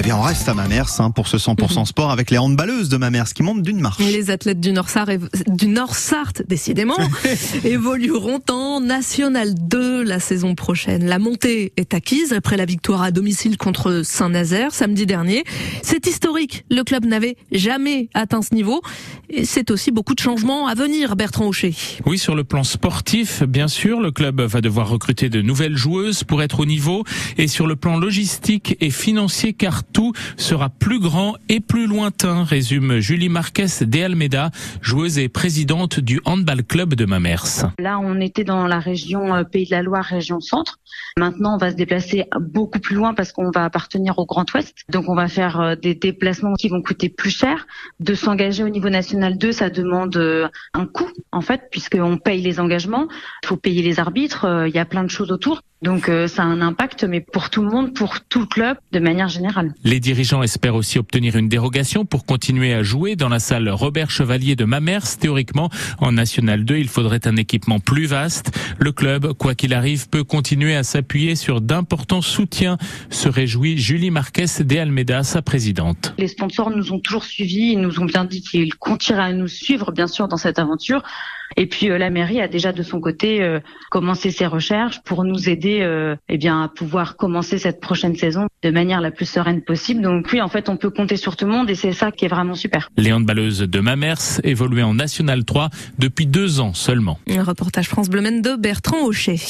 bien, on reste à Mamers pour ce 100% sport avec les handballeuses de Mamers qui montent d'une marche. Les athlètes du Nord-Sarthe, décidément, évolueront en National 2 la saison prochaine. La montée est acquise après la victoire à domicile contre Saint-Nazaire samedi dernier. C'est historique. Le club n'avait jamais atteint ce niveau. Et c'est aussi beaucoup de changements à venir, Bertrand Hochet. Oui, sur le plan sportif, bien sûr, le club va devoir recruter de nouvelles joueuses pour être au niveau. Et sur le plan logistique et financier, car tout sera plus grand et plus lointain, résume Julie Marquez de Almeida, joueuse et présidente du handball club de Mamers. Là, on était dans la région Pays de la Loire, région centre. Maintenant, on va se déplacer beaucoup plus loin parce qu'on va appartenir au Grand Ouest. Donc, on va faire des déplacements qui vont coûter plus cher. De s'engager au niveau national 2, ça demande un coût, en fait, puisqu'on paye les engagements. Il faut payer les arbitres. Il y a plein de choses autour. Donc, ça a un impact, mais pour tout le monde, pour tout le club, de manière générale. Les dirigeants espèrent aussi obtenir une dérogation pour continuer à jouer dans la salle Robert Chevalier de Mamers. Théoriquement, en National 2, il faudrait un équipement plus vaste. Le club, quoi qu'il arrive, peut continuer à s'appuyer sur d'importants soutiens, se réjouit Julie Marquez de Almeida, sa présidente. Les sponsors nous ont toujours suivis, ils nous ont bien dit qu'ils continueraient à nous suivre, bien sûr, dans cette aventure. Et puis la mairie a déjà de son côté commencé ses recherches pour nous aider à pouvoir commencer cette prochaine saison de manière la plus sereine possible. Donc oui, en fait, on peut compter sur tout le monde et c'est ça qui est vraiment super. Les handballeuses de Mamers évoluaient en National 3 depuis 2 ans seulement. Un reportage France Bleu Maine de Bertrand Hochet.